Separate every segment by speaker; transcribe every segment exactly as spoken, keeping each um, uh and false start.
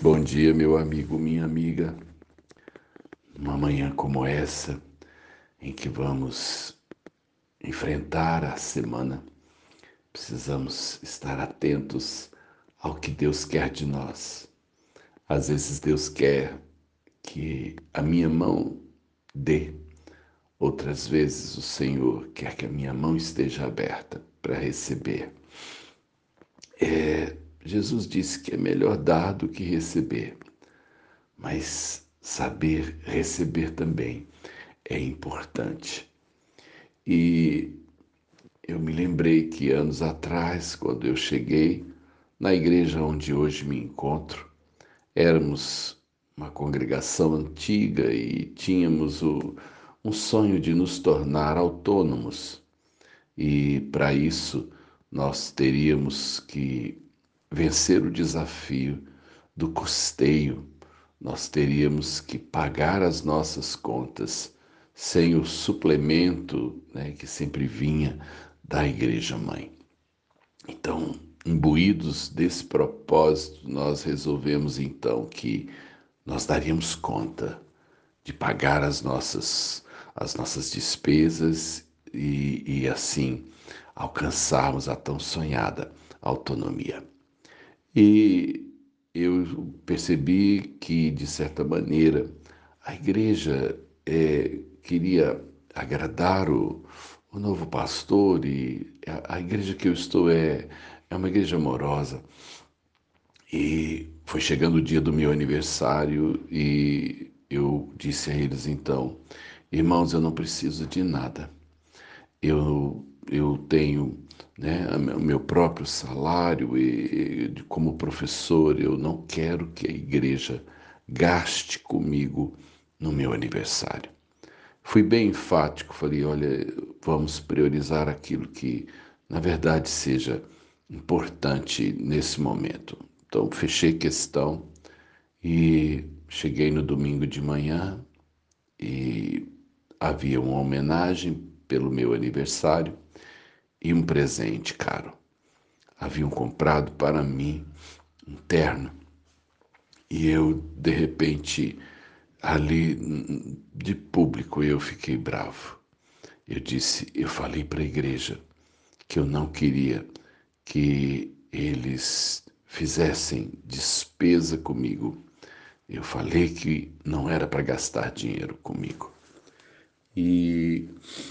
Speaker 1: Bom dia, meu amigo, minha amiga. Uma manhã como essa, em que vamos enfrentar a semana, precisamos estar atentos ao que Deus quer de nós. Às vezes Deus quer que a minha mão dê, outras vezes o Senhor quer que a minha mão esteja aberta para receber. É, Jesus disse que é melhor dar do que receber, mas saber receber também é importante. E eu me lembrei que anos atrás, quando eu cheguei na igreja onde hoje me encontro, éramos uma congregação antiga e tínhamos o, um sonho de nos tornar autônomos. E para isso nós teríamos que vencer o desafio do custeio. Nós teríamos que pagar as nossas contas sem o suplemento, né, que sempre vinha da Igreja Mãe. Então, imbuídos desse propósito, nós resolvemos então que nós daríamos conta de pagar as nossas, as nossas despesas e, e assim alcançarmos a tão sonhada autonomia. E eu percebi que, de certa maneira, a igreja é, queria agradar o, o novo pastor e a, a igreja que eu estou é, é uma igreja amorosa. E foi chegando o dia do meu aniversário e eu disse a eles então, irmãos, eu não preciso de nada. Eu, eu tenho, né, o meu próprio salário e, e como professor, eu não quero que a igreja gaste comigo no meu aniversário. Fui bem enfático, falei, olha, vamos priorizar aquilo que, na verdade, seja importante nesse momento. Então, fechei questão e cheguei no domingo de manhã e havia uma homenagem pelo meu aniversário e um presente caro. Haviam comprado para mim um terno e eu, de repente, ali de público, eu fiquei bravo. Eu disse, eu falei para a igreja que eu não queria que eles fizessem despesa comigo. Eu falei que não era para gastar dinheiro comigo. E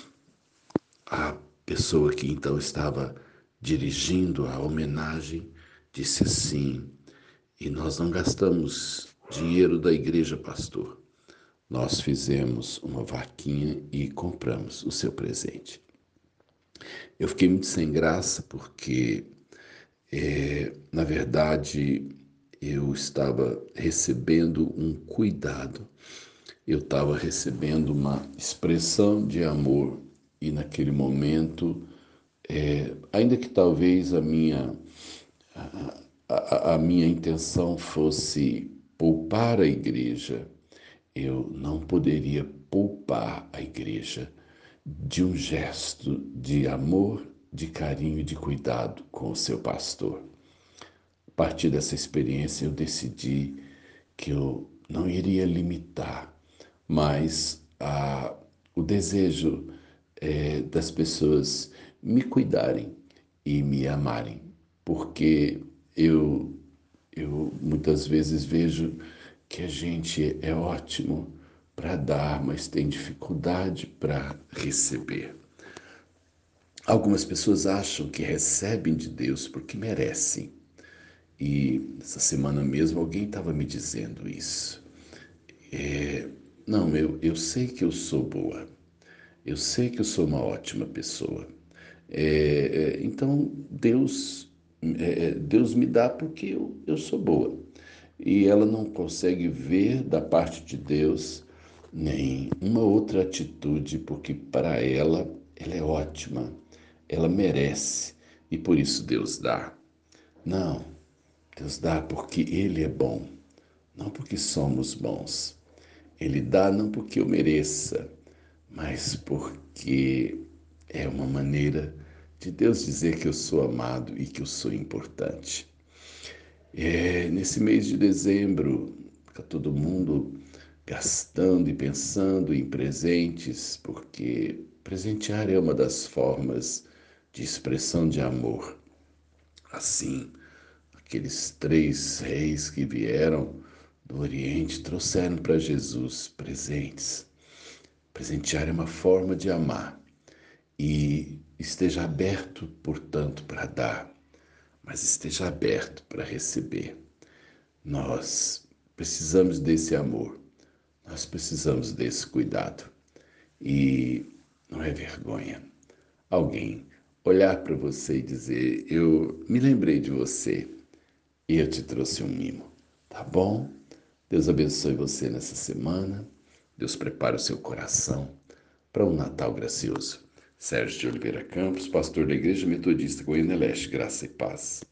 Speaker 1: a pessoa que então estava dirigindo a homenagem disse assim, e nós não gastamos dinheiro da igreja, pastor. Nós fizemos uma vaquinha e compramos o seu presente. Eu fiquei muito sem graça porque, é, na verdade, eu estava recebendo um cuidado, eu estava recebendo uma expressão de amor e naquele momento, é, ainda que talvez a minha, a, a, a minha intenção fosse poupar a igreja, eu não poderia poupar a igreja de um gesto de amor, de carinho e de cuidado com o seu pastor. A partir dessa experiência, eu decidi que eu não iria limitar mais a, o desejo é, das pessoas me cuidarem e me amarem, porque eu, eu muitas vezes vejo que a gente é ótimo para dar, mas tem dificuldade para receber. Algumas pessoas acham que recebem de Deus porque merecem. E essa semana mesmo alguém estava me dizendo isso. É, não, eu, eu sei que eu sou boa. Eu sei que eu sou uma ótima pessoa. É, é, então Deus, é, Deus me dá porque eu, eu sou boa. E ela não consegue ver da parte de Deus nem uma outra atitude, porque para ela, ela é ótima, ela merece e por isso Deus dá. Não, Deus dá porque Ele é bom, não porque somos bons. Ele dá não porque eu mereça, mas porque é uma maneira de Deus dizer que eu sou amado e que eu sou importante. É, nesse mês de dezembro, fica todo mundo gastando e pensando em presentes, porque presentear é uma das formas de expressão de amor. Assim, aqueles três reis que vieram do Oriente trouxeram para Jesus presentes. Presentear é uma forma de amar e esteja aberto, portanto, para dar, mas esteja aberto para receber. Nós precisamos desse amor, nós precisamos desse cuidado. E não é vergonha alguém olhar para você e dizer: eu me lembrei de você e eu te trouxe um mimo, tá bom? Deus abençoe você nessa semana. Deus prepare o seu coração para um Natal gracioso. Sérgio de Oliveira Campos, pastor da Igreja Metodista Goiânia Leste, graça e paz.